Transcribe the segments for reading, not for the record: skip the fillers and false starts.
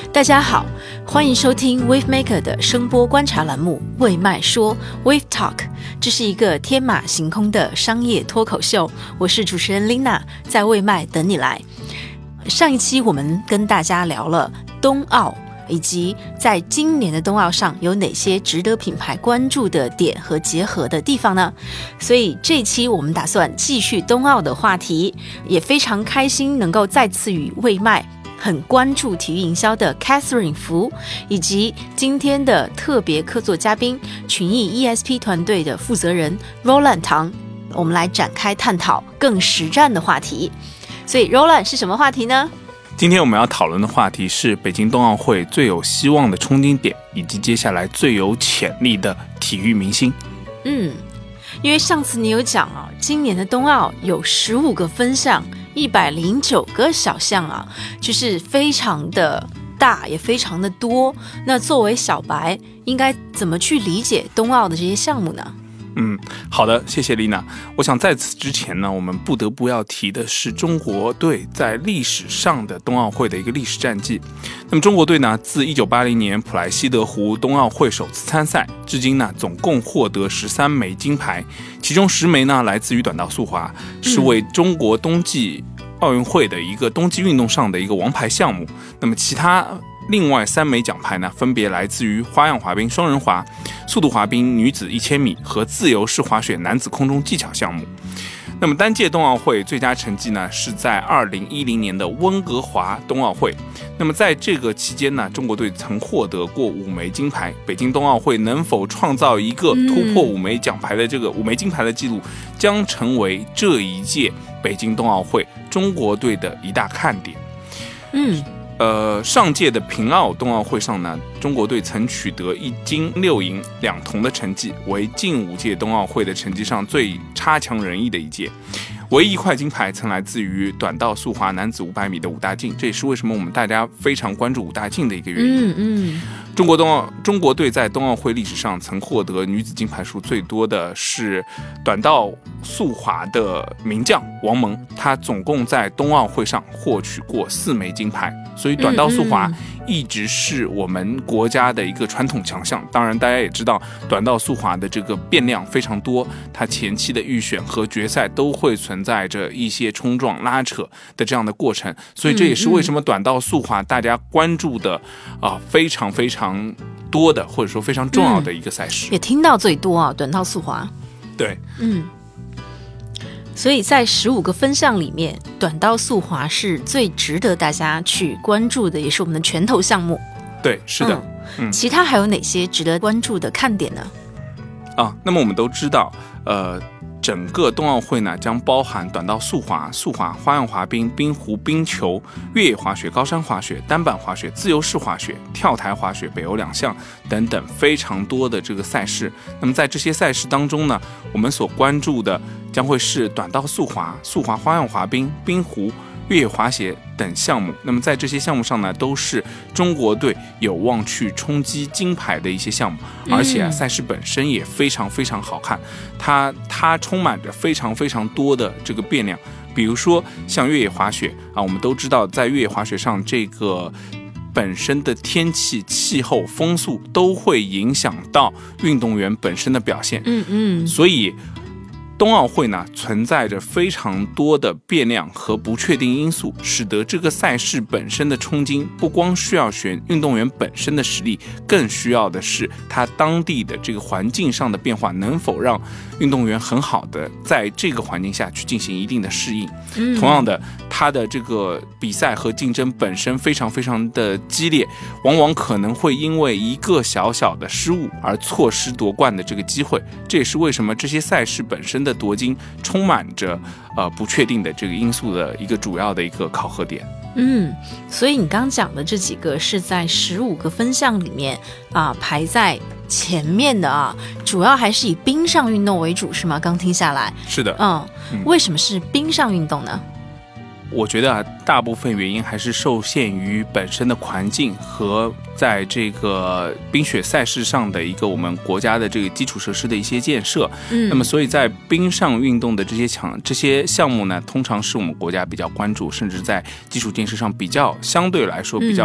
大家好，欢迎收听 Wavemaker 的声波观察栏目魏麦说 Wave Talk， 这是一个天马行空的商业脱口秀，我是主持人 Lina， 在魏麦等你来。上一期我们跟大家聊了冬奥，以及在今年的冬奥上有哪些值得品牌关注的点和结合的地方呢？所以这一期我们打算继续冬奥的话题，也非常开心能够再次与魏麦很关注体育营销的 Catherine 福，以及今天的特别客座嘉宾群益 ESP 团队的负责人 Roland 唐，我们来展开探讨更实战的话题。所以 Roland 是什么话题呢？ 今天我们要讨论的话题是北京冬奥会最有希望的冲击点，以及接下来最有潜力的体育明星。 因为上次你有讲啊，今年的冬奥有15个分项，109个小项啊，就是非常的大，也非常的多。那作为小白，应该怎么去理解冬奥的这些项目呢？ 好的，谢谢丽娜。我想在此之前呢，我们不得不要提的是中国队在历史上的冬奥会的一个历史战绩。那么中国队呢，自1980年普莱西德湖冬奥会首次参赛至今呢，总共获得13枚金牌，其中10枚呢来自于短道速滑，是为中国冬季奥运会的一个冬季运动上的一个王牌项目。那么其他另外3枚奖牌呢，分别来自于花样滑冰双人滑、速度滑冰女子1000米和自由式滑雪男子空中技巧项目。那么单届冬奥会最佳成绩呢，是在2010年的温哥华冬奥会。那么在这个期间呢，中国队曾获得过5枚金牌。北京冬奥会能否创造一个突破5枚奖牌的这个5枚金牌的记录，将成为这一届北京冬奥会中国队的一大看点。上届的平奥冬奥会上呢，中国队曾取得1金6银2铜的成绩，为近5届冬奥会的成绩上最差强人意的一届。唯一1块金牌曾来自于短道速滑男子500米的武大靖，这也是为什么我们大家非常关注武大靖的一个原因。中国队在冬奥会历史上曾获得女子金牌数最多的是短道速滑的名将王蒙，他总共在冬奥会上获取过4枚金牌，所以短道速滑一直是我们国家的一个传统强项。当然大家也知道，短道速滑的这个变量非常多，它前期的预选和决赛都会存在着一些冲撞拉扯的这样的过程，所以这也是为什么短道速滑大家关注的非常非常多的，或者说非常重要的一个赛事， 也听到最多啊，短道速滑。 对， 所以在15个分项里面，短道速滑是最值得大家去关注的，也是我们的拳头项目。 对，是的。 其他还有哪些值得关注的看点呢？ 那么我们都知道，整个冬奥会呢将包含短道速滑、花样滑冰、冰壶、冰球、越野滑雪、高山滑雪、单板滑雪、自由式滑雪、跳台滑雪、北欧2项等等非常多的这个赛事。那么在这些赛事当中呢，我们所关注的将会是短道速滑、花样滑冰、冰壶、越野滑雪等项目。那么在这些项目上呢，都是中国队有望去冲击金牌的一些项目，而且赛事本身也非常非常好看，它充满着非常非常多的这个变量。比如说像越野滑雪我们都知道在越野滑雪上，这个本身的天气、气候、风速都会影响到运动员本身的表现。所以冬奥会呢存在着非常多的变量和不确定因素，使得这个赛事本身的冲击不光需要选运动员本身的实力，更需要的是它当地的这个环境上的变化能否让运动员很好的在这个环境下去进行一定的适应。同样的，它的这个比赛和竞争本身非常非常的激烈，往往可能会因为一个小小的失误而错失夺冠的这个机会。这也是为什么这些赛事本身的夺金充满着不确定的这个因素的一个主要的一个考核点。 所以你刚讲的这几个是在15个分项里面排在前面的主要还是以冰上运动为主是吗？刚听下来。 是的。 为什么是冰上运动呢？ 我觉得大部分原因还是受限于本身的环境和在这个冰雪赛事上的一个我们国家的这个基础设施的一些建设。那么所以在冰上运动的这些项目呢，通常是我们国家比较关注，甚至在基础建设上比较相对来说比较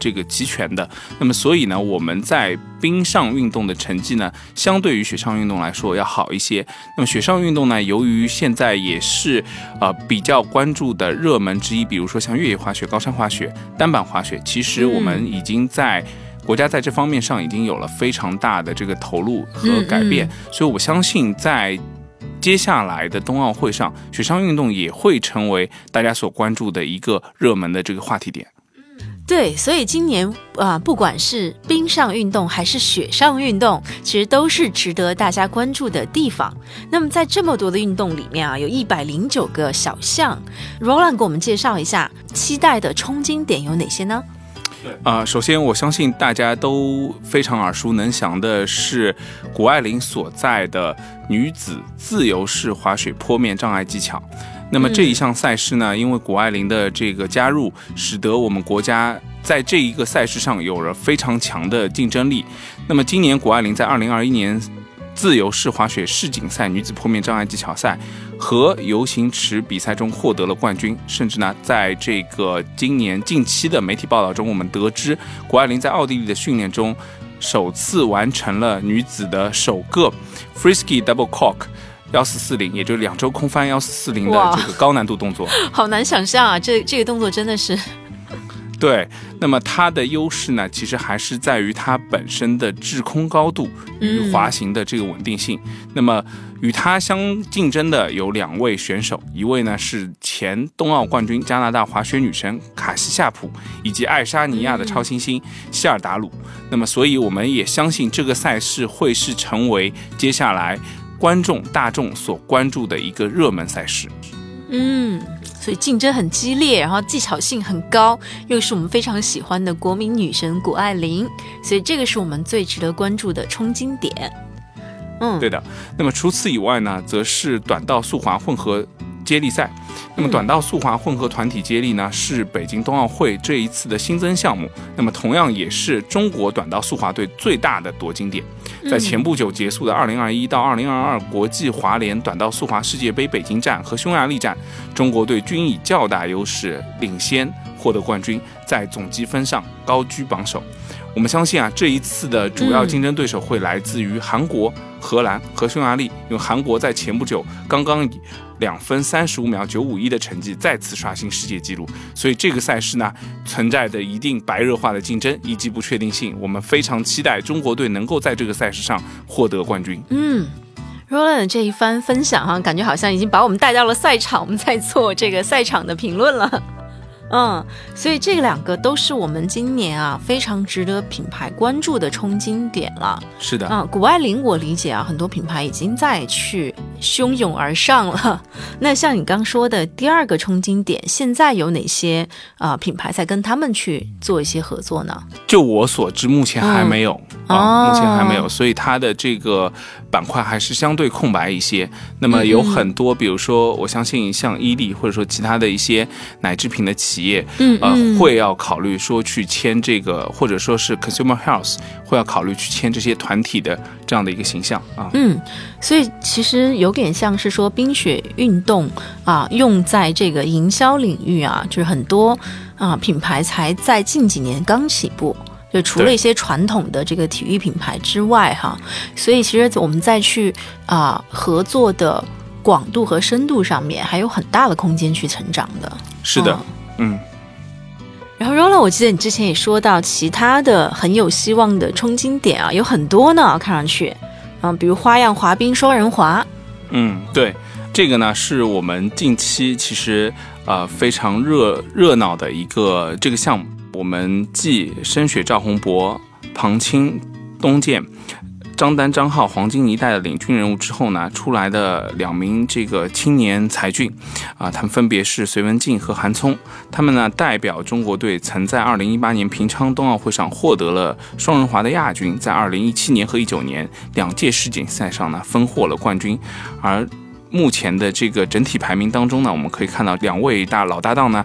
这个齐全的。那么所以呢，我们在冰上运动的成绩呢，相对于雪上运动来说要好一些。那么雪上运动呢，由于现在也是比较关注的热门之一，比如说像越野滑雪、高山滑雪、单板滑雪，其实我们已经国家在这方面上已经有了非常大的这个投入和改变，所以我相信在接下来的冬奥会上，雪上运动也会成为大家所关注的一个热门的这个话题点。 对，所以今年不管是冰上运动还是雪上运动，其实都是值得大家关注的地方。那么在这么多的运动里面有109个小项 ，Roland 给我们介绍一下期待的冲金点有哪些呢？ 首先我相信大家都非常耳熟能详的是谷爱凌所在的女子自由式滑雪坡面障碍技巧。那么这一项赛事呢，因为谷爱凌的这个加入，使得我们国家在这一个赛事上有了非常强的竞争力。那么今年谷爱凌在2021年自由式滑雪世锦赛女子坡面障碍技巧赛和游行池比赛中获得了冠军，甚至呢，在这个今年近期的媒体报道中，我们得知谷爱凌在奥地利的训练中首次完成了女子的首个 Frisky Double Cork 1440，也就是2周空翻1440的这个高难度动作。 好难想象啊，这个动作真的是。 对，那么它的优势呢，其实还是在于它本身的制空高度与滑行的这个稳定性。那么与它相竞争的有2位选手，一位呢是前冬奥冠军加拿大滑雪女神卡西夏普，以及爱沙尼亚的超新星希尔达鲁。那么所以我们也相信这个赛事会是成为接下来大众所关注的一个热门赛事。 所以竞争很激烈，然后技巧性很高，又是我们非常喜欢的国民女神谷爱凌，所以这个是我们最值得关注的冲金点。 对的。那么除此以外呢，则是短道速滑混合接力赛。那么短道速滑混合团体接力呢，是北京冬奥会这一次的新增项目，那么同样也是中国短道速滑队最大的夺金点。在前不久结束的2021到2022国际滑联短道速滑世界杯北京站和匈牙利站，中国队均以较大优势领先获得冠军，在总积分上高居榜首。我们相信这一次的主要竞争对手会来自于韩国、荷兰和匈牙利，因为韩国在前不久刚刚以2分35秒951的成绩再次刷新世界纪录，所以这个赛事呢，存在着一定白热化的竞争以及不确定性。我们非常期待中国队能够在这个赛事上获得冠军。 Roland 这一番分享感觉好像已经把我们带到了赛场，我们在做这个赛场的评论了。所以这2个都是我们今年非常值得品牌关注的冲金点了。 是的， 谷爱凌我理解很多品牌已经在去汹涌而上了。那像你刚说的第2个冲金点，现在有哪些品牌在跟他们去做一些合作呢？ 就我所知，目前还没有。目前还没有，所以它的这个板块还是相对空白一些。那么有很多，比如说我相信像伊利或者说其他的一些奶制品的企业，会要考虑说去签这个，或者说是 Consumer Health 会要考虑去签这些团体的这样的一个形象所以其实有点像是说冰雪运动用在这个营销领域就是很多品牌才在近几年刚起步。就除了一些传统的这个体育品牌之外所以其实我们再去合作的广度和深度上面还有很大的空间去成长的。 是的， 然后 Roland 我记得你之前也说到其他的很有希望的冲金点有很多呢，看上去比如花样滑冰双人滑。 对，这个呢是我们近期其实非常热闹的一个这个项目。我们继申雪、赵宏博、庞青、东健、张丹、张浩、黄金一代的领军人物之后呢，出来的2名这个青年才俊他们分别是隋文静和韩聪。他们呢代表中国队曾在2018年平昌冬奥会上获得了双人滑的亚军，在2017年和19年2届世锦赛上呢分获了冠军。而目前的这个整体排名当中呢，我们可以看到2位老搭档呢，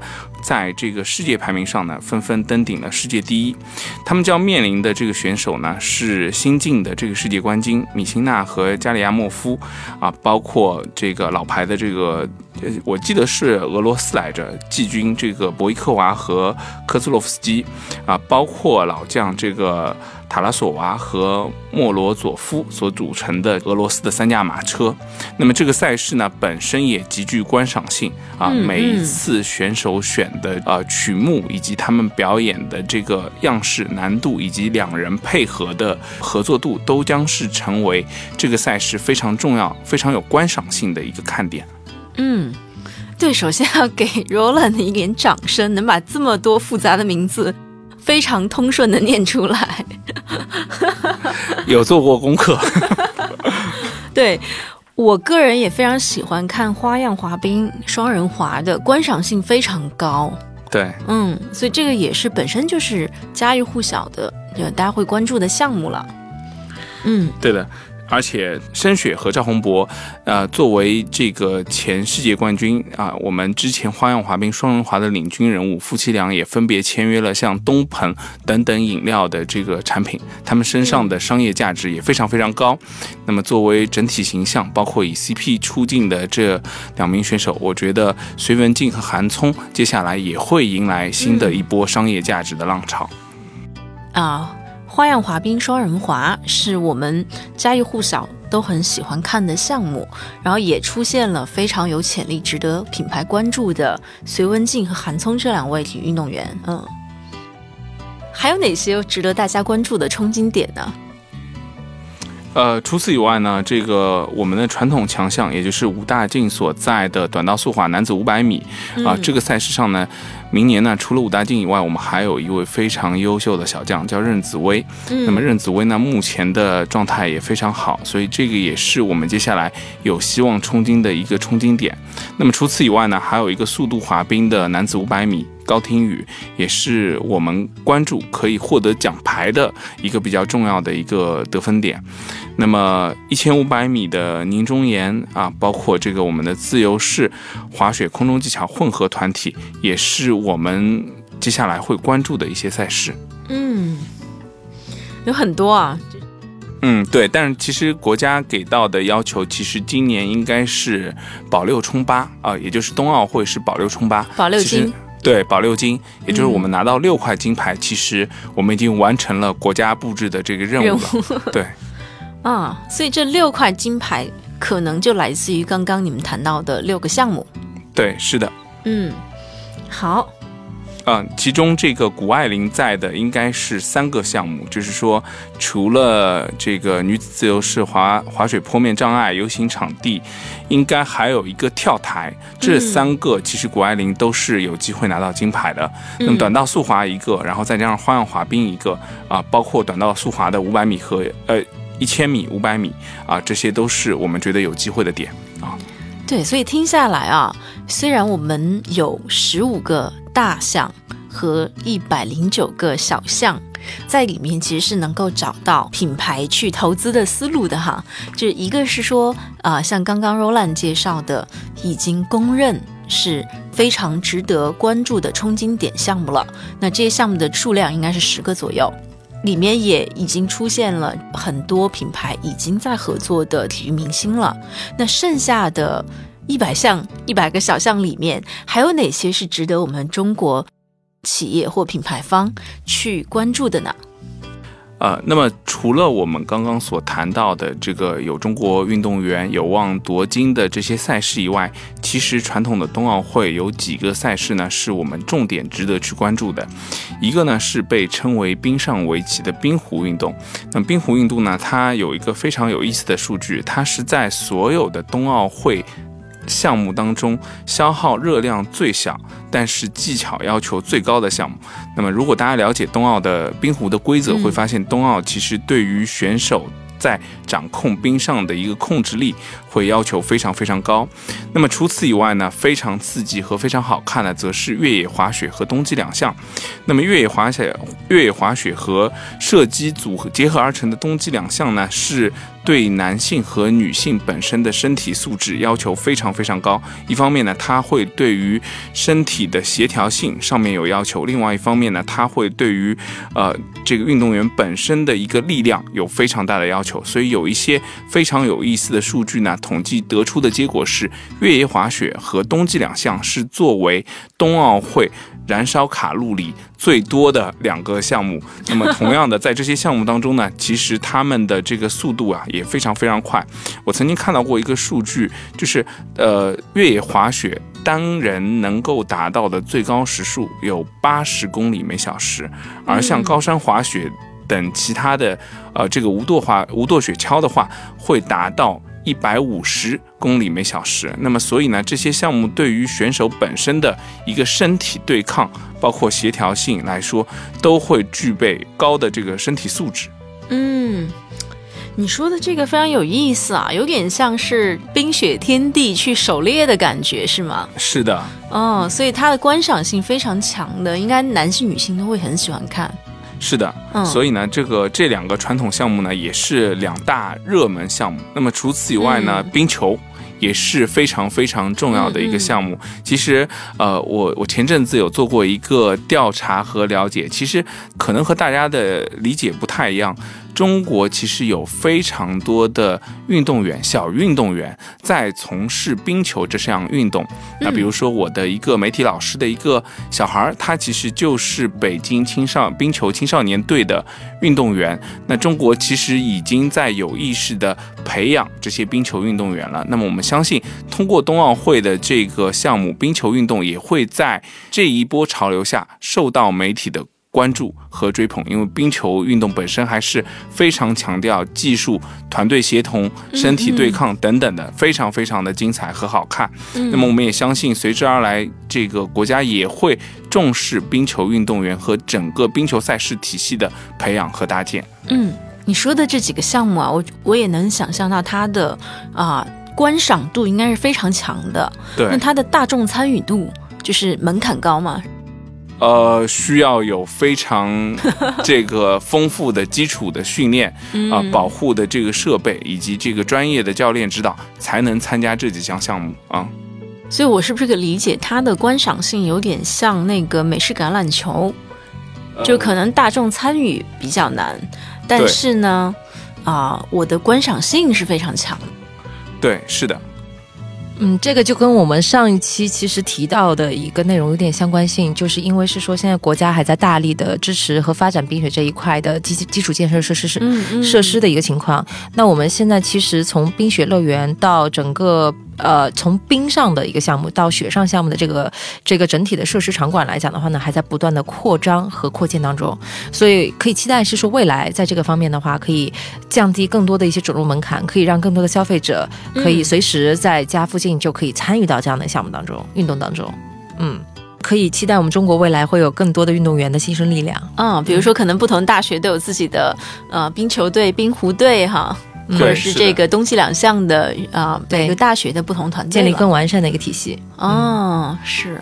在这个世界排名上呢纷纷登顶了世界第一。他们将面临的这个选手呢是新晋的这个世界冠军米辛纳和加里亚莫夫啊，包括这个老牌的这个我记得是俄罗斯来着季军这个博伊科娃和科兹洛夫斯基啊，包括老将这个塔拉索娃和莫罗佐夫所组成的俄罗斯的3驾马车。那么这个赛事呢本身也极具观赏性啊，每一次选手选的曲目以及他们表演的这个样式难度以及两人配合的合作度都将是成为这个赛事非常重要非常有观赏性的一个看点。 对，首先要给 Roland 一点掌声，能把这么多复杂的名字非常通顺的念出来。 有做过功课。 对，我个人也非常喜欢看花样滑冰双人滑的，观赏性非常高。 对， 所以这个也是本身就是家喻户晓的，大家会关注的项目了。 对的。而且申雪和赵宏博作为这个前世界冠军啊，我们之前花样滑冰双人滑的领军人物，夫妻俩也分别签约了像东鹏等等饮料的这个产品，他们身上的商业价值也非常非常高。那么作为整体形象，包括以 CP 出镜的这2名选手，我觉得隋文静和韩聪接下来也会迎来新的一波商业价值的浪潮。 花样滑冰双人滑是我们家喻户晓都很喜欢看的项目，然后也出现了非常有潜力值得品牌关注的隋文静和韩聪这2位体育运动员。还有哪些值得大家关注的冲金点呢？ 除此以外呢，这个我们的传统强项，也就是武大靖所在的短道速滑男子500米这个赛事上呢，明年呢除了武大靖以外，我们还有一位非常优秀的小将叫任子威。那么任子威呢目前的状态也非常好，所以这个也是我们接下来有希望冲金的一个冲金点。那么除此以外呢，还有一个速度滑冰的男子500米高亭宇，也是我们关注可以获得奖牌的一个比较重要的一个得分点。那么1500米的宁中岩啊，包括这个我们的自由式滑雪空中技巧混合团体，也是我们接下来会关注的一些赛事。 有很多啊。 对，但是其实国家给到的要求，其实今年应该是保6冲8啊，也就是冬奥会是保6冲8， 保6金。 对，保6金，也就是我们拿到6块金牌，其实我们已经完成了国家布置的这个任务了。对。 所以这6块金牌可能就来自于刚刚你们谈到的6个项目。 对，是的。 好。 其中这个谷爱凌在的应该是3个项目，就是说除了这个女子自由式滑水坡面障碍 U 型场地，应该还有一个跳台，这3个其实谷爱凌都是有机会拿到金牌的。那么短道速滑一个，然后再加上花样滑冰一个包括短道速滑的500米和1000米500米这些都是我们觉得有机会的点啊。 对，所以听下来啊，虽然我们有15个大项和109个小项，在里面其实是能够找到品牌去投资的思路的哈。就一个是说像刚刚 Roland 介绍的，已经公认是非常值得关注的冲金点项目了。那这些项目的数量应该是10个左右，里面也已经出现了很多品牌已经在合作的体育明星了。那剩下的100个小项里面，还有哪些是值得我们中国企业或品牌方去关注的呢？ 那么除了我们刚刚所谈到的这个有中国运动员有望夺金的这些赛事以外，其实传统的冬奥会有几个赛事呢是我们重点值得去关注的。一个呢是被称为冰上围棋的冰壶运动。那么冰壶运动呢，它有一个非常有意思的数据，它是在所有的冬奥会项目当中消耗热量最小，但是技巧要求最高的项目。那么如果大家了解冬奥的冰壶的规则，会发现冬奥其实对于选手在掌控冰上的一个控制力会要求非常非常高。那么除此以外呢，非常刺激和非常好看的则是越野滑雪和冬季2项。那么越野滑雪和射击组合结合而成的冬季2项呢，是对男性和女性本身的身体素质要求非常非常高。一方面呢，它会对于身体的协调性上面有要求；另外一方面呢，它会对于这个运动员本身的一个力量有非常大的要求。所以有一些非常有意思的数据呢，统计得出的结果是，越野滑雪和冬季两项是作为冬奥会燃烧卡路里最多的2个项目。那么同样的，在这些项目当中呢，其实他们的这个速度啊也非常非常快。我曾经看到过一个数据，就是越野滑雪单人能够达到的最高时速有80公里每小时，而像高山滑雪等其他的这个无舵雪橇的话，会达到150公里每小时。那么所以呢，这些项目对于选手本身的一个身体对抗，包括协调性来说，都会具备高的这个身体素质。 你说的这个非常有意思啊，有点像是冰雪天地去狩猎的感觉，是吗？ 是的。 所以它的观赏性非常强的，应该男性女性都会很喜欢看。 是的，所以呢，这2个传统项目呢，也是2大热门项目。那么除此以外呢，冰球也是非常非常重要的一个项目。其实我前阵子有做过一个调查和了解，其实可能和大家的理解不太一样。中国其实有非常多的运动员，小运动员在从事冰球这项运动。那比如说我的一个媒体老师的一个小孩，他其实就是北京冰球青少年队的运动员。那中国其实已经在有意识的培养这些冰球运动员了。那么我们相信，通过冬奥会的这个项目，冰球运动也会在这一波潮流下受到媒体的关注和追捧。因为冰球运动本身还是非常强调技术、团队协同、身体对抗等等的，非常非常的精彩和好看。那么我们也相信，随之而来，这个国家也会重视冰球运动员和整个冰球赛事体系的培养和搭建。 你说的这几个项目啊，我也能想象到它的观赏度应该是非常强的。 对， 那它的大众参与度就是门槛高吗？ 需要有非常这个丰富的基础的训练保护的这个设备以及这个专业的教练指导，才能参加这几项项目啊。 所以我是不是可以理解它的观赏性有点像那个美式橄榄球，就可能大众参与比较难，但是呢我的观赏性是非常强的。 对，是的。 这个就跟我们上一期其实提到的一个内容有点相关性，就是因为是说现在国家还在大力的支持和发展冰雪这一块的基础建设设施的一个情况。那我们现在其实从冰雪乐园到整个从冰上的一个项目到雪上项目的这个整体的设施场馆来讲的话呢，还在不断的扩张和扩建当中，所以可以期待是说未来在这个方面的话，可以降低更多的一些准入门槛，可以让更多的消费者可以随时在家附近就可以参与到这样的项目当中、运动当中。可以期待我们中国未来会有更多的运动员的新生力量。 比如说可能不同大学都有自己的冰球队、冰壶队哈。或者是这个冬季两项的每个大学的不同团队， 建立更完善的一个体系。 是，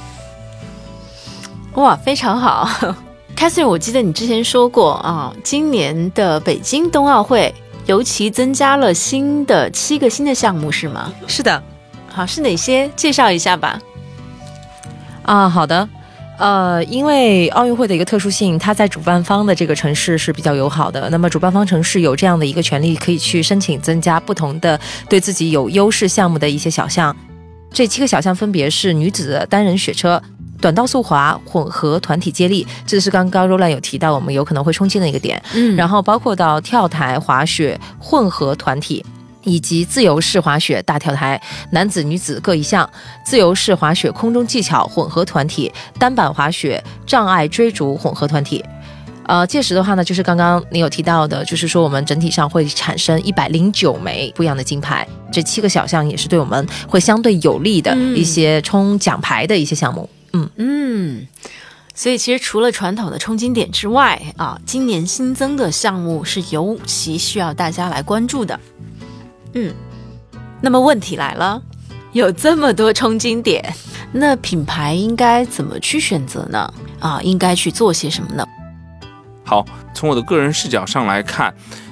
哇，非常好。Catherine， 我记得你之前说过今年的北京冬奥会尤其增加了7个新的项目，是吗？ 是的。 好，是哪些？介绍一下吧。 好的。因为奥运会的一个特殊性，它在主办方的这个城市是比较友好的，那么主办方城市有这样的一个权利，可以去申请增加不同的对自己有优势项目的一些小项。这7个小项分别是女子单人雪车、短道速滑、混合团体接力，这是刚刚 Roland 有提到我们有可能会冲击的一个点。然后包括到跳台滑雪、混合团体，以及自由式滑雪大跳台，男子女子各一项，自由式滑雪空中技巧混合团体，单板滑雪障碍追逐混合团体。届时的话呢，就是刚刚你有提到的，就是说我们整体上会产生109枚不一样的金牌，这7个小项也是对我们会相对有利的一些冲奖牌的一些项目。 所以其实除了传统的冲金点之外今年新增的项目是尤其需要大家来关注的。那么问题来了，有这么多冲金点，那品牌应该怎么去选择呢？应该去做些什么呢？ 好，从我的个人视角上来看，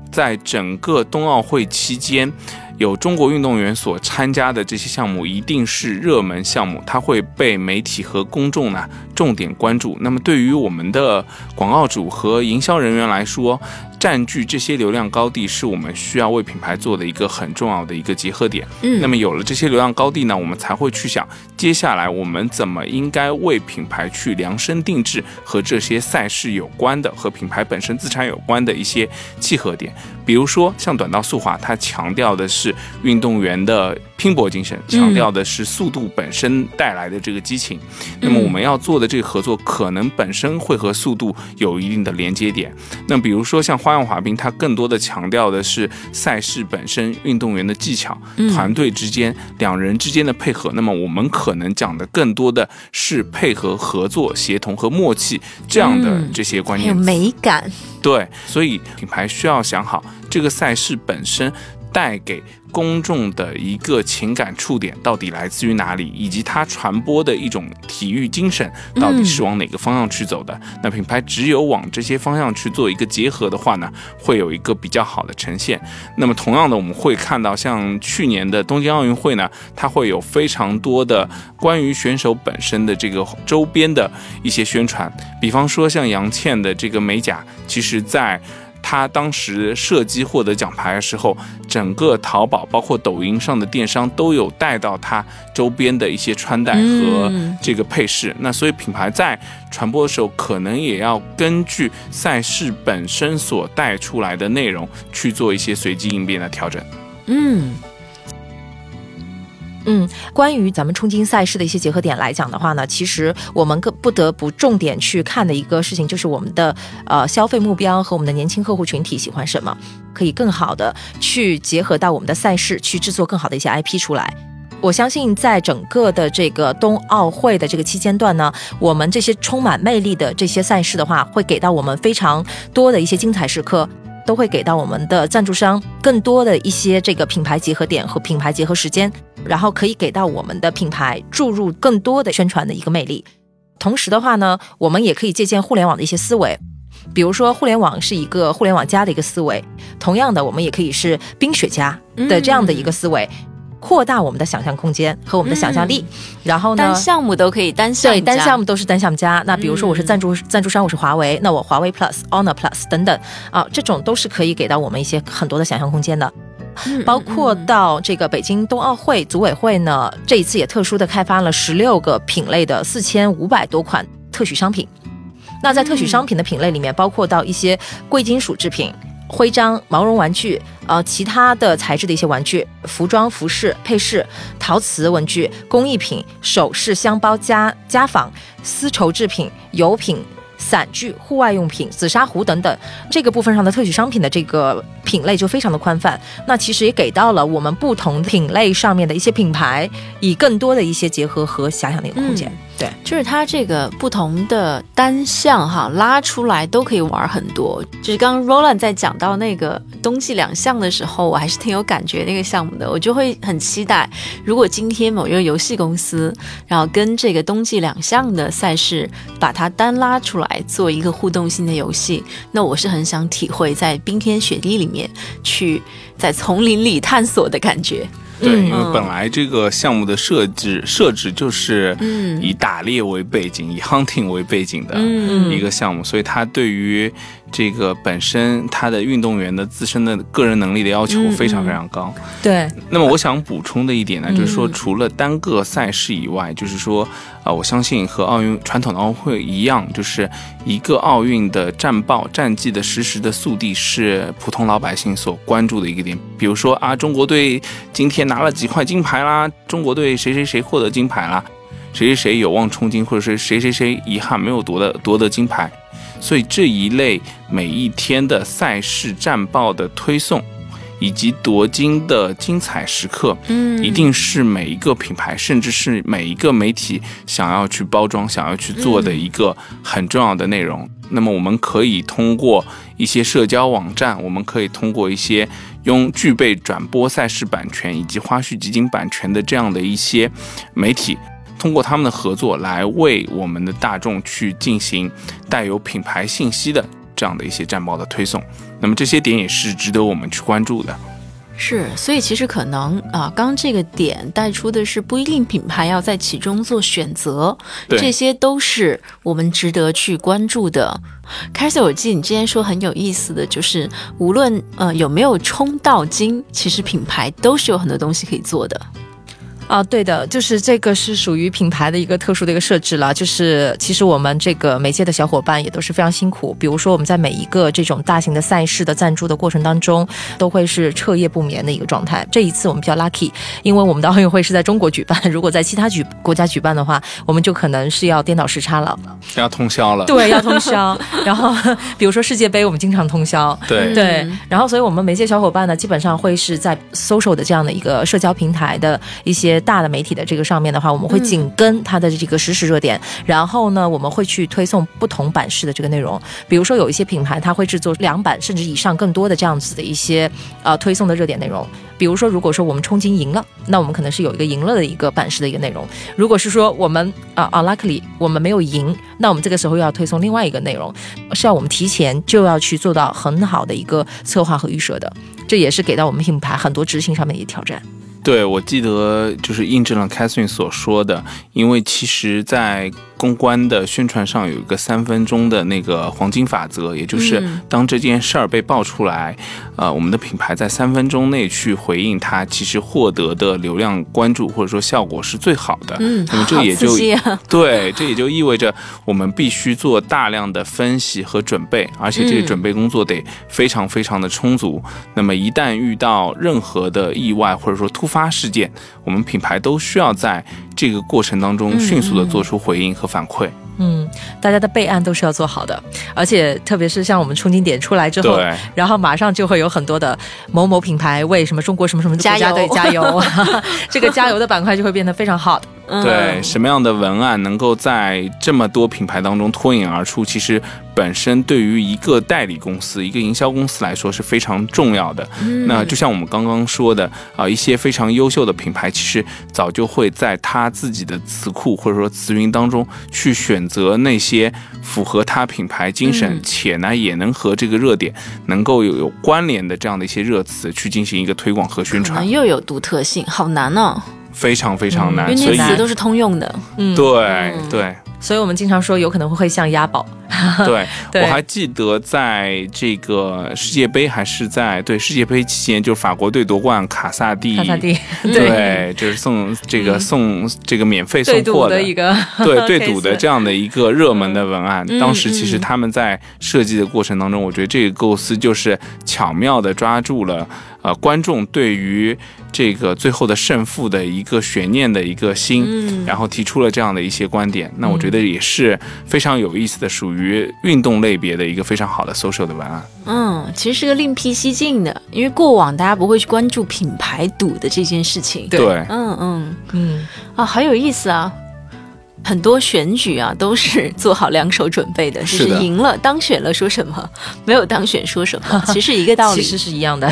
在整个冬奥会期间，有中国运动员所参加的这些项目一定是热门项目，它会被媒体和公众呢重点关注。那么对于我们的广告主和营销人员来说，占据这些流量高地是我们需要为品牌做的一个很重要的一个结合点。那么有了这些流量高地呢，我们才会去想接下来我们怎么应该为品牌去量身定制和这些赛事有关的和品牌本身资产有关的一些契合点。比如说像短道速滑，它强调的是运动员的拼搏精神，强调的是速度本身带来的这个激情。那么我们要做的这个合作可能本身会和速度有一定的连接点。那比如说像花样滑冰，它更多的强调的是赛事本身运动员的技巧，团队之间两人之间的配合。那么我们可能讲的更多的是配合、合作、协同和默契这样的这些观念， 还有美感。 对，所以品牌需要想好这个赛事本身带给公众的一个情感触点到底来自于哪里，以及它传播的一种体育精神到底是往哪个方向去走的。那品牌只有往这些方向去做一个结合的话呢，会有一个比较好的呈现。那么同样的，我们会看到像去年的东京奥运会呢，它会有非常多的关于选手本身的这个周边的一些宣传，比方说像杨倩的这个美甲，其实在他当时射击获得奖牌的时候，整个淘宝包括抖音上的电商都有带到他周边的一些穿戴和这个配饰。那所以品牌在传播的时候，可能也要根据赛事本身所带出来的内容去做一些随机应变的调整。 关于咱们冲金赛事的一些结合点来讲的话呢，其实我们不得不重点去看的一个事情，就是我们的消费目标和我们的年轻客户群体喜欢什么，可以更好的去结合到我们的赛事，去制作更好的一些 IP 出来。我相信在整个的这个冬奥会的这个期间段呢，我们这些充满魅力的这些赛事的话，会给到我们非常多的一些精彩时刻，都会给到我们的赞助商更多的一些这个品牌结合点和品牌结合时间，然后可以给到我们的品牌注入更多的宣传的一个魅力。同时的话呢，我们也可以借鉴互联网的一些思维，比如说互联网是一个互联网加的一个思维，同样的我们也可以是冰雪加的这样的一个思维，扩大我们的想象空间和我们的想象力。然后呢， 单项目都可以单项加， 对，单项目都是单项加。那比如说我是赞助商，我是华为，那我华为 Plus、Honor Plus 等等啊，这种都是可以给到我们一些很多的想象空间的。包括到这个北京冬奥会组委会呢，这一次也特殊的开发了16个品类的4500多款特许商品。那在特许商品的品类里面，包括到一些贵金属制品、徽章、毛绒玩具，其他的材质的一些玩具、服装、服饰、配饰、陶瓷文具、工艺品、首饰、箱包、家纺、丝绸制品、油品、伞具、户外用品、紫砂壶等等，这个部分上的特许商品的这个品类就非常的宽泛。那其实也给到了我们不同品类上面的一些品牌，以更多的一些结合和遐想的一个空间。对， 就是它这个不同的单项哈拉出来都可以玩很多。就是刚刚 Roland 在讲到那个冬季2项的时候，我还是挺有感觉那个项目的，我就会很期待，如果今天某一个游戏公司，然后跟这个冬季2项的赛事把它单拉出来做一个互动性的游戏，那我是很想体会在冰天雪地里面去在丛林里探索的感觉。 对，因为本来这个项目的设置就是以打猎为背景，以 hunting 为背景的一个项目，所以它对于这个本身它的运动员的自身的个人能力的要求非常非常高。 对。 那么我想补充的一点呢，就是说除了单个赛事以外，就是说我相信和传统的奥运会一样，就是一个奥运的战报战绩的实时的速递是普通老百姓所关注的一个点。比如说中国队今天拿了几块金牌啦，中国队谁谁谁获得金牌啦，谁谁谁有望冲金，或者是谁谁谁遗憾没有夺得金牌。所以这一类每一天的赛事战报的推送以及夺金的精彩时刻，一定是每一个品牌甚至是每一个媒体想要去包装想要去做的一个很重要的内容。那么我们可以通过一些社交网站，我们可以通过一些具备转播赛事版权以及花絮集锦版权的这样的一些媒体，通过他们的合作来为我们的大众去进行带有品牌信息的这样的一些战报的推送。那么这些点也是值得我们去关注的。 是，所以其实可能刚这个点带出的是不一定品牌要在其中做选择，这些都是我们值得去关注的。开始我记得你之前说很有意思的就是无论有没有冲到金，其实品牌都是有很多东西可以做的。 对的，就是这个是属于品牌的一个特殊的一个设置了，就是其实我们这个媒介的小伙伴也都是非常辛苦，比如说我们在每一个这种大型的赛事的赞助的过程当中，都会是彻夜不眠的一个状态。这一次我们比较 lucky， 因为我们的奥运会是在中国举办，如果在其他国家举办的话，我们就可能是要颠倒时差了， 要通宵了。 对，要通宵。然后比如说世界杯我们经常通宵，对，然后所以我们媒介小伙伴呢，基本上会是在 social 的这样的一个社交平台的一些大的媒体的这个上面的话，我们会紧跟它的这个实时热点，然后呢我们会去推送不同版式的这个内容。比如说有一些品牌它会制作2版甚至以上更多的这样子的一些推送的热点内容。比如说如果说我们冲金赢了，那我们可能是有一个赢了的一个版式的一个内容。如果是说我们unluckily 我们没有赢，那我们这个时候又要推送另外一个内容，是要我们提前就要去做到很好的一个策划和预设的，这也是给到我们品牌很多执行上面的一个挑战。 对，我记得就是印证了 Catherine 所说的，因为其实在公关的宣传上有一个3分钟的那个黄金法则，也就是当这件事儿被爆出来，我们的品牌在3分钟内去回应它，其实获得的流量关注或者说效果是最好的。那么这也就对，这也就意味着我们必须做大量的分析和准备，而且这些准备工作得非常非常的充足。那么一旦遇到任何的意外或者说突发事件，我们品牌都需要在这个过程当中迅速的做出回应和反馈。 大家的备案都是要做好的，而且特别是像我们冲金点出来之后，然后马上就会有很多的某某品牌为什么中国什么什么国家队加油这个加油的板块就会变得非常 hot。 对，什么样的文案能够在这么多品牌当中脱颖而出，其实本身对于一个代理公司一个营销公司来说是非常重要的。那就像我们刚刚说的一些非常优秀的品牌其实早就会在他自己的词库或者说词云当中去选择那些符合他品牌精神且呢也能和这个热点能够有关联的这样的一些热词去进行一个推广和宣传， 可能又有独特性，好难哦， 非常非常难， 因为那词都是通用的。 对， 所以我们经常说有可能会像押宝。 对，我还记得在这个世界杯还是在世界杯期间，就是法国队夺冠，卡萨蒂对，就是送这个免费送货的一个对赌的这样的一个热门的文案。当时其实他们在设计的过程当中，我觉得这个构思就是巧妙的抓住了观众对于这个最后的胜负的一个悬念的一个心，然后提出了这样的一些观点。那我觉得也是非常有意思的，属于运动类别的一个非常好的 social 的文案。 其实是个另辟蹊径的，因为过往大家不会去关注品牌赌的这件事情。 对， 好有意思啊。很多选举啊都是做好2手准备的，就是赢了当选了说什么，没有当选说什么，其实一个道理， 其实是一样的。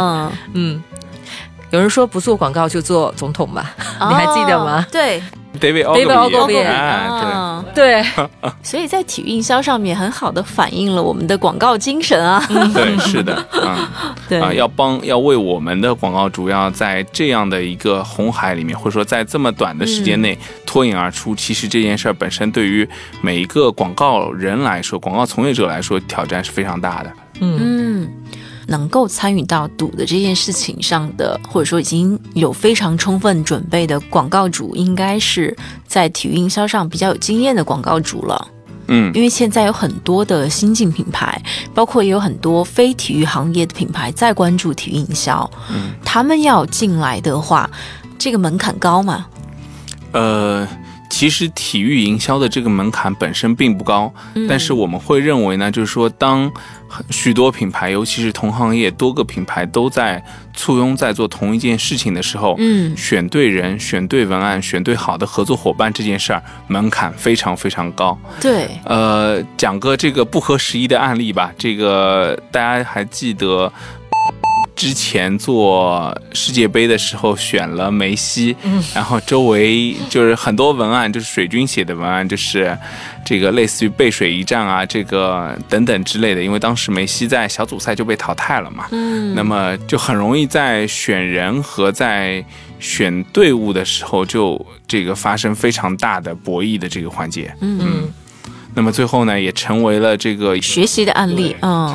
有人说不做广告就做总统吧，你还记得吗？ 对 ，David Ogilvy，对， 所以在体育营销上面很好的反映了我们的广告精神啊。 对，是的，要为我们的广告主要在这样的一个红海里面，或者说在这么短的时间内脱颖而出，其实这件事本身对于每一个广告人来说，广告从业者来说，挑战是非常大的。 能够参与到赌的这件事情上的，或者说已经有非常充分准备的广告主，应该是在体育营销上比较有经验的广告主了。因为现在有很多的新进品牌，包括也有很多非体育行业的品牌在关注体育营销。他们要进来的话，这个门槛高吗？ 其实体育营销的这个门槛本身并不高，但是我们会认为呢，就是说当许多品牌，尤其是同行业多个品牌都在簇拥在做同一件事情的时候，选对人、选对文案、选对好的合作伙伴这件事儿门槛非常非常高。 对， 讲个这个不合时宜的案例吧，这个大家还记得之前做世界杯的时候选了梅西，然后周围就是很多文案，就是水军写的文案，就是这个类似于背水一战啊，这个等等之类的。因为当时梅西在小组赛就被淘汰了嘛，那么就很容易在选人和在选队伍的时候就这个发生非常大的博弈的这个环节。那么最后呢，也成为了这个学习的案例。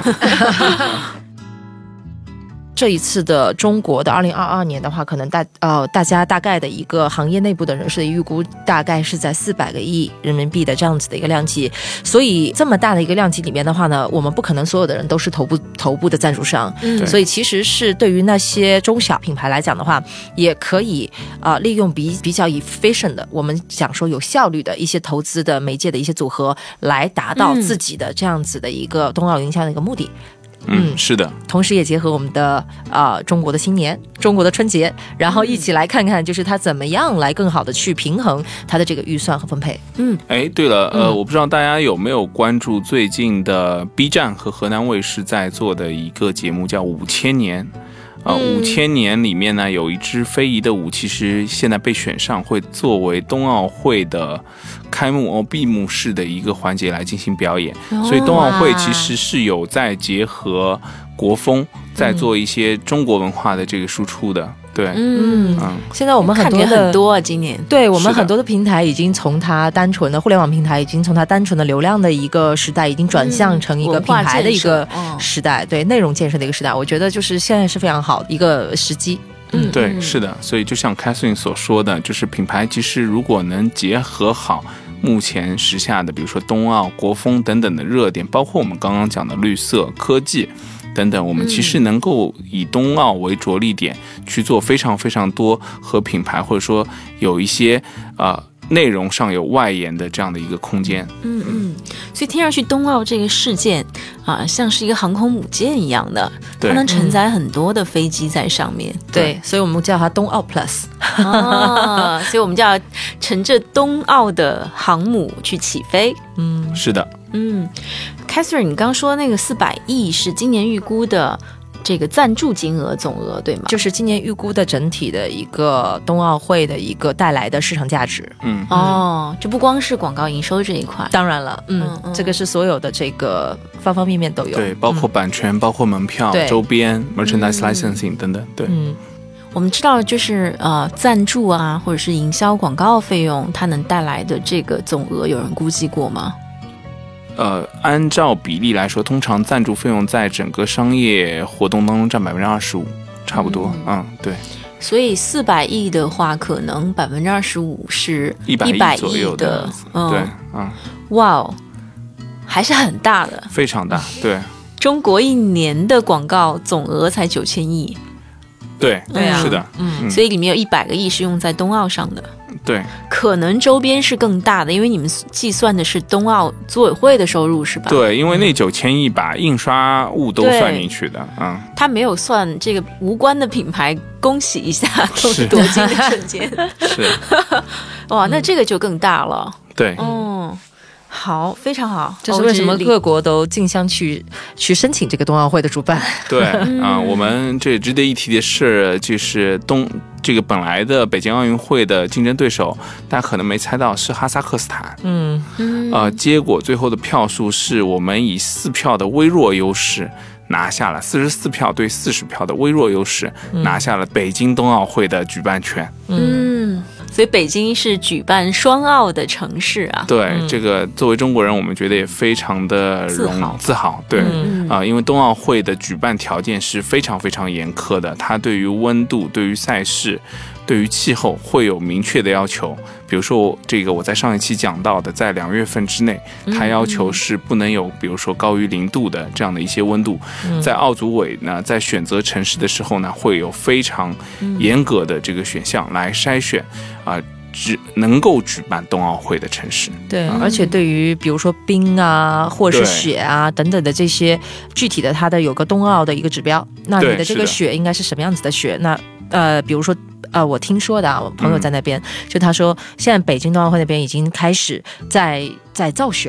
这一次的中国的2022年的话，可能大家大概的一个行业内部的人士的预估，大概是在400个亿人民币的这样子的一个量级。所以这么大的一个量级里面的话呢，我们不可能所有的人都是头部的赞助商，所以其实是对于那些中小品牌来讲的话，也可以利用比较 efficient 的，我们讲说有效率的一些投资的媒介的一些组合，来达到自己的这样子的一个冬奥营销的一个目的。 是的， 同时也结合我们的中国的新年，中国的春节，然后一起来看看，就是它怎么样来更好的去平衡它的这个预算和分配。 对了，我不知道大家有没有关注最近的 B 站和河南卫视在做的一个节目，叫5000年。5000年里面呢，有一支非遗的舞，其实现在被选上，会作为冬奥会的开幕闭幕式的一个环节来进行表演。所以冬奥会其实是有在结合国风，在做一些中国文化的这个输出的。对， 现在我们很多的看点很多啊，今年对我们很多的平台已经从它单纯的互联网平台，已经从它单纯的流量的一个时代，已经转向成一个品牌的一个时代，对内容建设的一个时代。我觉得就是现在是非常好的一个时机。 对，是的，所以就像 Catherine 所说的，就是品牌其实如果能结合好目前时下的，比如说冬奥、国风等等的热点，包括我们刚刚讲的绿色、科技等等，我们其实能够以冬奥为着力点去做非常非常多和品牌或者说有一些内容上有外延的这样的一个空间。 所以听上去冬奥这个事件像是一个航空母舰一样的，它能承载很多的飞机在上面。 对，所以我们叫它冬奥 Plus。 所以我们就要乘着冬奥的航母去起飞。 是的。 Catherine， 你刚说那个400亿是今年预估的这个赞助金额总额，对吗？ 就是今年预估的整体的一个冬奥会的一个带来的市场价值。 就不光是广告营收这一块， 当然了，这个是所有的这个方方面面都有。 对，包括版权，包括门票、周边、merchandise licensing 等等。对， 我们知道就是赞助啊，或者是营销广告费用，它能带来的这个总额，有人估计过吗？ 按照比例来说，通常赞助费用在整个商业活动当中占25%，差不多。对。所以400亿的话，可能25%是100亿左右的。对， 哇哦，还是很大的， 非常大。对， 中国一年的广告总额才9000亿。 对，是的。 所以里面有100个亿是用在冬奥上的。 对， 可能周边是更大的，因为你们计算的是冬奥组委会的收入是吧？ 对，因为那9000亿把印刷物都算进去的。 他没有算这个无关的品牌，恭喜一下都是夺金的瞬间。 是。 哇，那这个就更大了。 对。 好，非常好， 这是为什么各国都竞相去申请这个冬奥会的主办。 对我们这值得一提的是，就是这个本来的北京奥运会的竞争对手，大家可能没猜到是哈萨克斯坦。结果最后的票数是我们以4票的微弱优势拿下了44票对40票的微弱优势，拿下了北京冬奥会的举办权。 所以北京是举办双奥的城市啊。 对，这个作为中国人，我们觉得也非常的自豪。对，因为冬奥会的举办条件是非常非常严苛的，它对于温度、对于赛事、对于气候会有明确的要求。比如说这个我在上一期讲到的，在2月份之内，它要求是不能有比如说高于0度的这样的一些温度。在奥组委呢，在选择城市的时候呢，会有非常严格的这个选项来筛选只能够举办冬奥会的城市。 对，而且对于比如说冰啊或者是雪啊等等的这些具体的，它的有个冬奥的一个指标，那你的这个雪应该是什么样子的雪？那比如说我听说的我朋友在那边就他说，现在北京冬奥会那边已经开始在造雪了。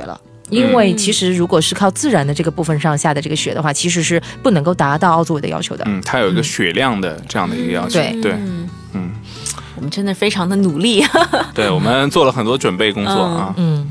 因为其实如果是靠自然的这个部分上下的这个雪的话，其实是不能够达到奥组委的要求的。 它有一个雪量的这样的一个要求。对， 我们真的非常的努力。 对，我们做了很多准备工作啊。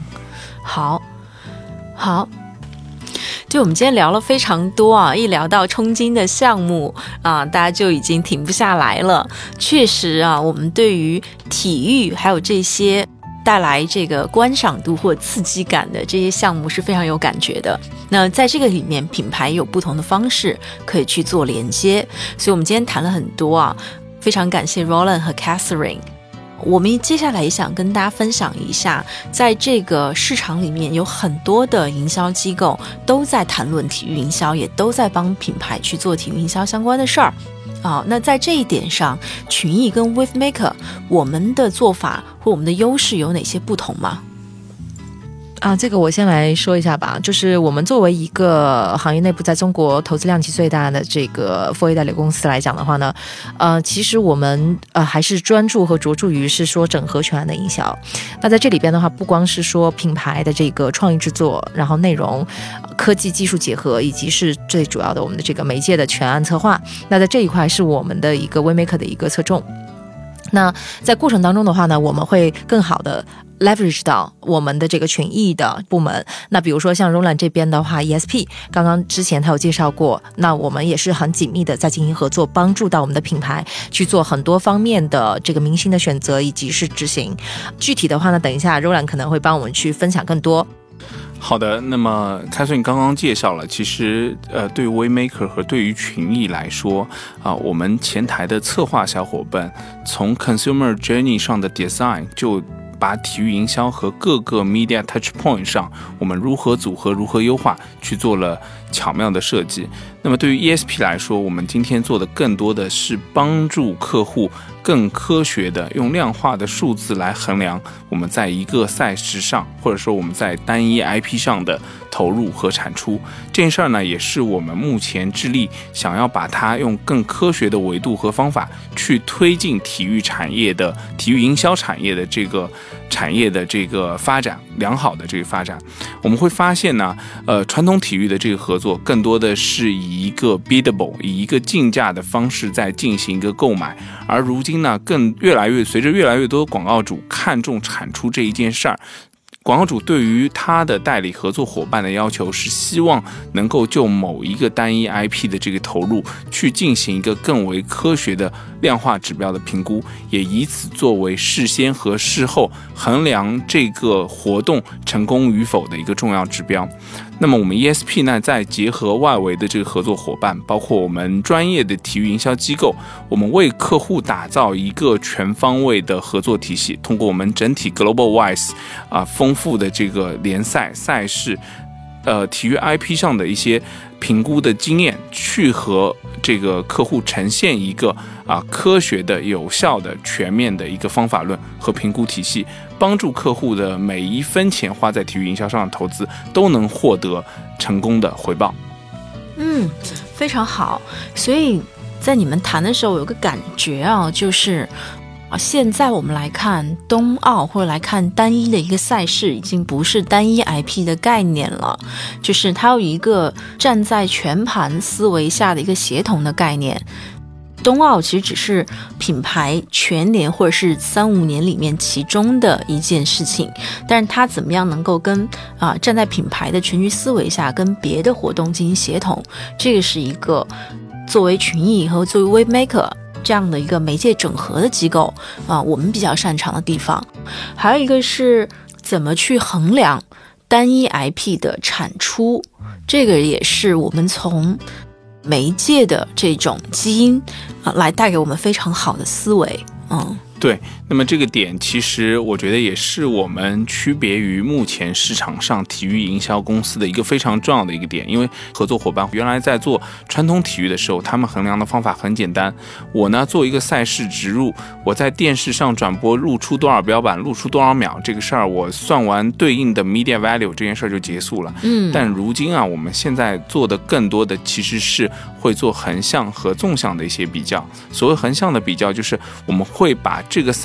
好。就我们今天聊了非常多啊，一聊到冲金的项目啊，大家就已经停不下来了。确实啊，我们对于体育还有这些带来这个观赏度或刺激感的这些项目是非常有感觉的。那在这个里面，品牌有不同的方式可以去做连接，所以我们今天谈了很多啊，非常感谢 Roland 和 Catherine。我们接下来也想跟大家分享一下，在这个市场里面有很多的营销机构都在谈论体育营销，也都在帮品牌去做体育营销相关的事儿。那在这一点上，群益跟 Wavemaker 我们的做法或我们的优势有哪些不同吗？ 这个我先来说一下吧。就是我们作为一个行业内部在中国投资量级最大的这个4A代理公司来讲的话呢，其实我们还是专注和着重于是说整合全案的营销。那在这里边的话，不光是说品牌的这个创意制作，然后内容、科技技术结合，以及是最主要的我们的这个媒介的全案策划。那在这一块是我们的一个 Wavemaker 的一个侧重。那在过程当中的话呢，我们会更好的leverage 到我们的这个群益的部门。那比如说像 Roland 这边的话 ESP 刚刚之前他有介绍过，那我们也是很紧密的在进行合作，帮助到我们的品牌去做很多方面的这个明星的选择以及是执行。具体的话呢，等一下 Roland 可能会帮我们去分享更多。 好的，那么开顺你刚刚介绍了，其实对于 Wavemaker 和对于群益来说我们前台的策划小伙伴从 consumer journey 上的 design 就把体育营销和各个 media touch point 上我们如何组合如何优化去做了巧妙的设计。那么对于 ESP 来说，我们今天做的更多的是帮助客户更科学的用量化的数字来衡量我们在一个赛事上，或者说我们在单一 IP 上的投入和产出。这件事儿呢，也是我们目前致力想要把它用更科学的维度和方法去推进体育产业的体育营销产业的这个发展，良好的这个发展。我们会发现呢，传统体育的这个合作更多的是以一个 biddable 以一个竞价的方式在进行一个购买，而如今呢，随着越来越多的广告主看重产出这一件事儿，广告主对于他的代理合作伙伴的要求是希望能够就某一个单一 IP 的这个投入去进行一个更为科学的量化指标的评估，也以此作为事先和事后衡量这个活动成功与否的一个重要指标。那么我们 ESP 呢，再结合外围的这个合作伙伴，包括我们专业的体育营销机构，我们为客户打造一个全方位的合作体系，通过我们整体 Global Wise 丰富的这个联赛赛事体育 IP 上的一些评估的经验，去和这个客户呈现一个科学的、有效的、全面的一个方法论和评估体系，帮助客户的每一分钱花在体育营销上的投资都能获得成功的回报。 非常好。所以在你们谈的时候，我有个感觉就是现在我们来看冬奥或者来看单一的一个赛事，已经不是单一 IP 的概念了，就是它有一个站在全盘思维下的一个协同的概念。冬奥其实只是品牌全年或者是3-5年里面其中的一件事情，但是它怎么样能够跟站在品牌的全局思维下跟别的活动进行协同，这个是一个作为群益和作为 Wavemaker这样的一个媒介整合的机构我们比较擅长的地方。还有一个是怎么去衡量单一 IP 的产出，这个也是我们从媒介的这种基因来带给我们非常好的思维。 对，那么这个点其实我觉得也是我们区别于目前市场上体育营销公司的一个非常重要的一个点。因为合作伙伴原来在做传统体育的时候，他们衡量的方法很简单，我呢做一个赛事植入，我在电视上转播露出多少标板，露出多少秒，这个事儿我算完对应的 media value， 这件事儿就结束了。但如今我们现在做的更多的其实是会做横向和纵向的一些比较。所谓横向的比较，就是我们会把这个赛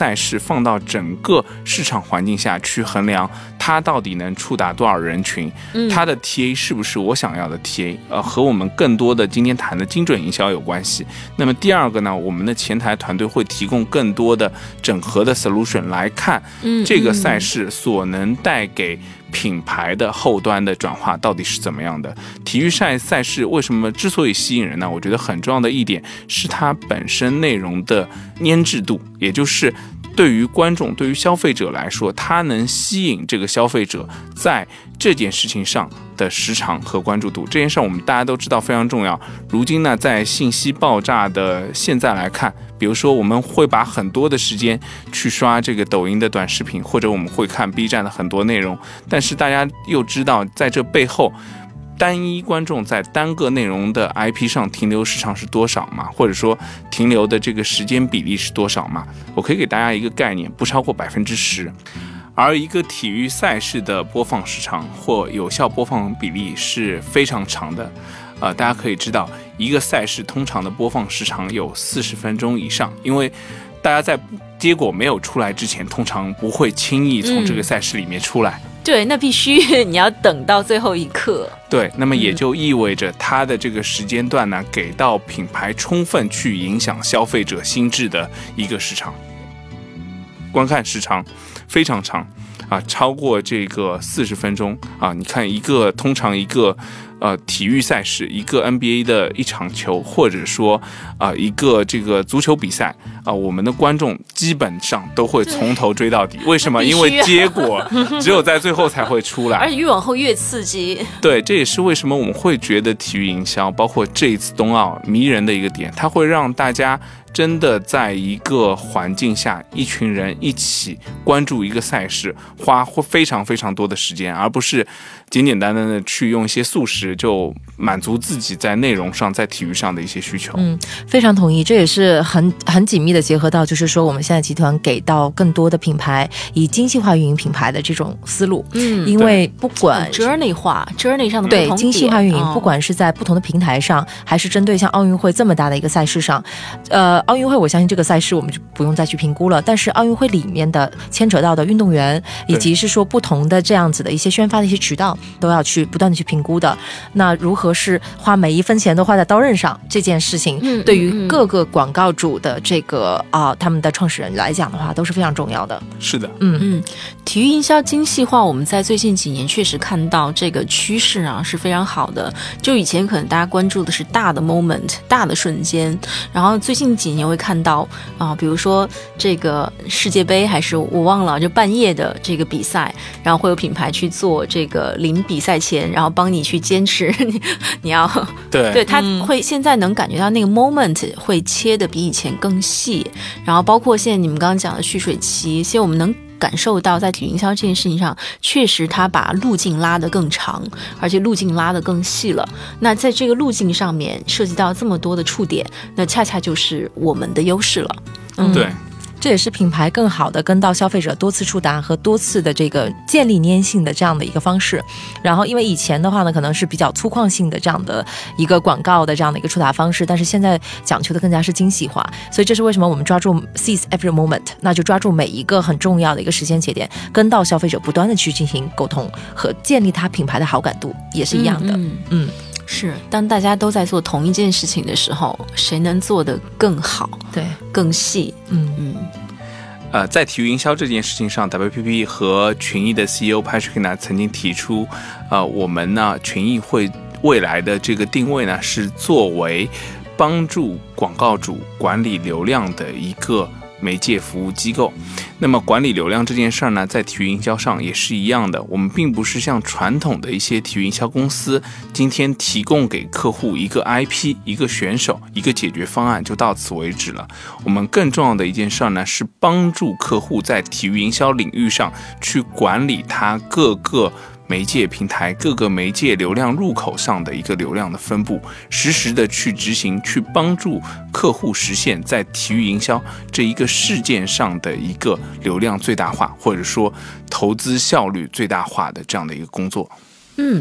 赛事放到整个市场环境下去衡量，它到底能触达多少人群，它的 TA 是不是我想要的 TA，和我们更多的今天谈的精准营销有关系。那么第二个呢，我们的前台团队会提供更多的整合的 solution 来看这个赛事所能带给品牌的后端的转化到底是怎么样的。体育赛事为什么之所以吸引人呢？我觉得很重要的一点是它本身内容的粘制度，也就是对于观众对于消费者来说，它能吸引这个消费者在这件事情上的时长和关注度。这件事我们大家都知道非常重要。如今呢，在信息爆炸的现在来看，比如说我们会把很多的时间去刷这个抖音的短视频，或者我们会看 B 站的很多内容，但是大家又知道在这背后单一观众在单个内容的 IP 上停留时长是多少嘛？或者说停留的这个时间比例是多少嘛？我可以给大家一个概念，不超过10%。而一个体育赛事的播放时长或有效播放比例是非常长的。大家可以知道，一个赛事通常的播放时长有40分钟以上，因为大家在结果没有出来之前，通常不会轻易从这个赛事里面出来。 对，那必须你要等到最后一刻。 对，那么也就意味着它的这个时间段呢，给到品牌充分去影响消费者心智的一个时长。观看时长非常长超过这个40分钟你看通常一个体育赛事，一个 NBA 的一场球，或者说一个这个足球比赛我们的观众基本上都会从头追到底。为什么？因为结果只有在最后才会出来， 而且越往后越刺激。 对，这也是为什么我们会觉得体育营销，包括这一次冬奥迷人的一个点，它会让大家真的在一个环境下，一群人一起关注一个赛事，花非常非常多的时间，而不是简简单单的去用一些速食就满足自己在内容上在体育上的一些需求。 非常同意，这也是很紧密的结合到，就是说我们现在集团给到更多的品牌以精细化运营品牌的这种思路。因为不管 journey 上的不同点， 对，精细化运营不管是在不同的平台上，还是针对像奥运会这么大的一个赛事上，奥运会我相信这个赛事我们就不用再去评估了，但是奥运会里面的牵扯到的运动员，以及是说不同的这样子的一些宣发的一些渠道，都要去不断的去评估的。那如何是花每一分钱都花在刀刃上这件事情，对于各个广告主的这个他们的创始人来讲的话，都是非常重要的。 是的， 体育营销精细化，我们在最近几年确实看到这个趋势是非常好的。就以前可能大家关注的是大的 moment 大的瞬间，然后最近几年会看到比如说这个世界杯还是我忘了，就半夜的这个比赛，然后会有品牌去做这个临比赛前，然后帮你去坚持你要对他会现在能感觉到那个 moment 会切的比以前更细，然后包括现在你们刚刚讲的蓄水期，现在我们能感受到在体育营销这件事情上，确实它把路径拉得更长，而且路径拉得更细了。那在这个路径上面涉及到这么多的触点，那恰恰就是我们的优势了。 对， 这也是品牌更好的跟到消费者多次触达和多次的这个建立粘性的这样的一个方式。然后因为以前的话呢，可能是比较粗犷性的这样的一个广告的这样的一个触达方式，但是现在讲求的更加是精细化，所以这是为什么我们抓住 seize every moment， 那就抓住每一个很重要的一个时间节点，跟到消费者不断的去进行沟通和建立他品牌的好感度，也是一样的。 是，当大家都在做同一件事情的时候，谁能做得更好， 对， 更细。 在体育营销这件事情上 ，WPP 和群益的 CEO Patrick 呢曾经提出，我们呢群益会未来的这个定位呢是作为帮助广告主管理流量的一个媒介服务机构。那么管理流量这件事儿呢，在体育营销上也是一样的，我们并不是像传统的一些体育营销公司，今天提供给客户一个 IP 一个选手一个解决方案就到此为止了。我们更重要的一件事呢，是帮助客户在体育营销领域上去管理他各个媒介平台各个媒介流量入口上的一个流量的分布，实时的去执行，去帮助客户实现在体育营销这一个事件上的一个流量最大化，或者说投资效率最大化的这样的一个工作。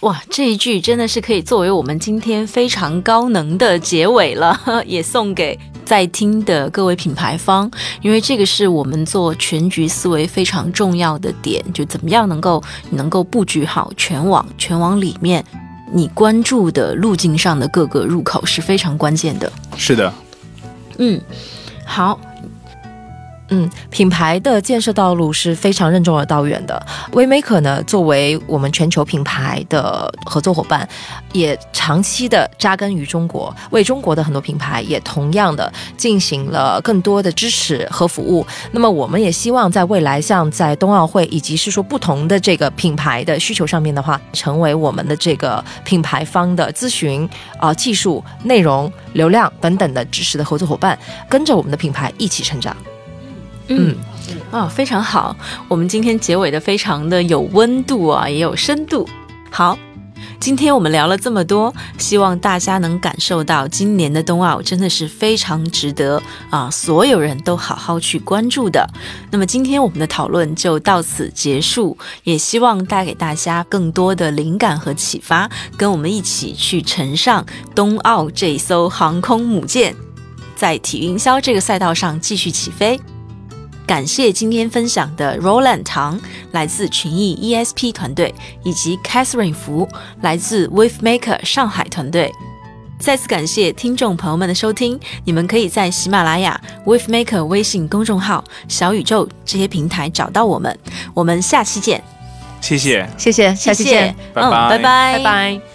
哇，这一句真的是可以作为我们今天非常高能的结尾了，也送给在听的各位品牌方，因为这个是我们做全局思维非常重要的点，就怎么样能够布局好全网里面你关注的路径上的各个入口是非常关键的。 是的， 好。 品牌的建设道路是非常任重而道远的。Waymaker 呢，作为我们全球品牌的合作伙伴，也长期的扎根于中国，为中国的很多品牌也同样的进行了更多的支持和服务。那么我们也希望在未来，像在冬奥会以及是说不同的这个品牌的需求上面的话，成为我们的这个品牌方的咨询、技术、内容、流量等等的支持的合作伙伴，跟着我们的品牌一起成长。 非常好，我们今天结尾的非常的有温度啊，也有深度。好，今天我们聊了这么多，希望大家能感受到今年的冬奥真的是非常值得所有人都好好去关注的。那么今天我们的讨论就到此结束，也希望带给大家更多的灵感和启发，跟我们一起去乘上冬奥这一艘航空母舰，在体育营销这个赛道上继续起飞。感谢今天分享的 Roland 唐来自群益 ESP 团队，以及 Catherine 福来自 Wavemaker 上海团队。再次感谢听众朋友们的收听，你们可以在喜马拉雅、Wavemaker 微信公众号、小宇宙这些平台找到我们。我们下期见。 谢谢， 下期见， 拜拜拜拜。 拜拜。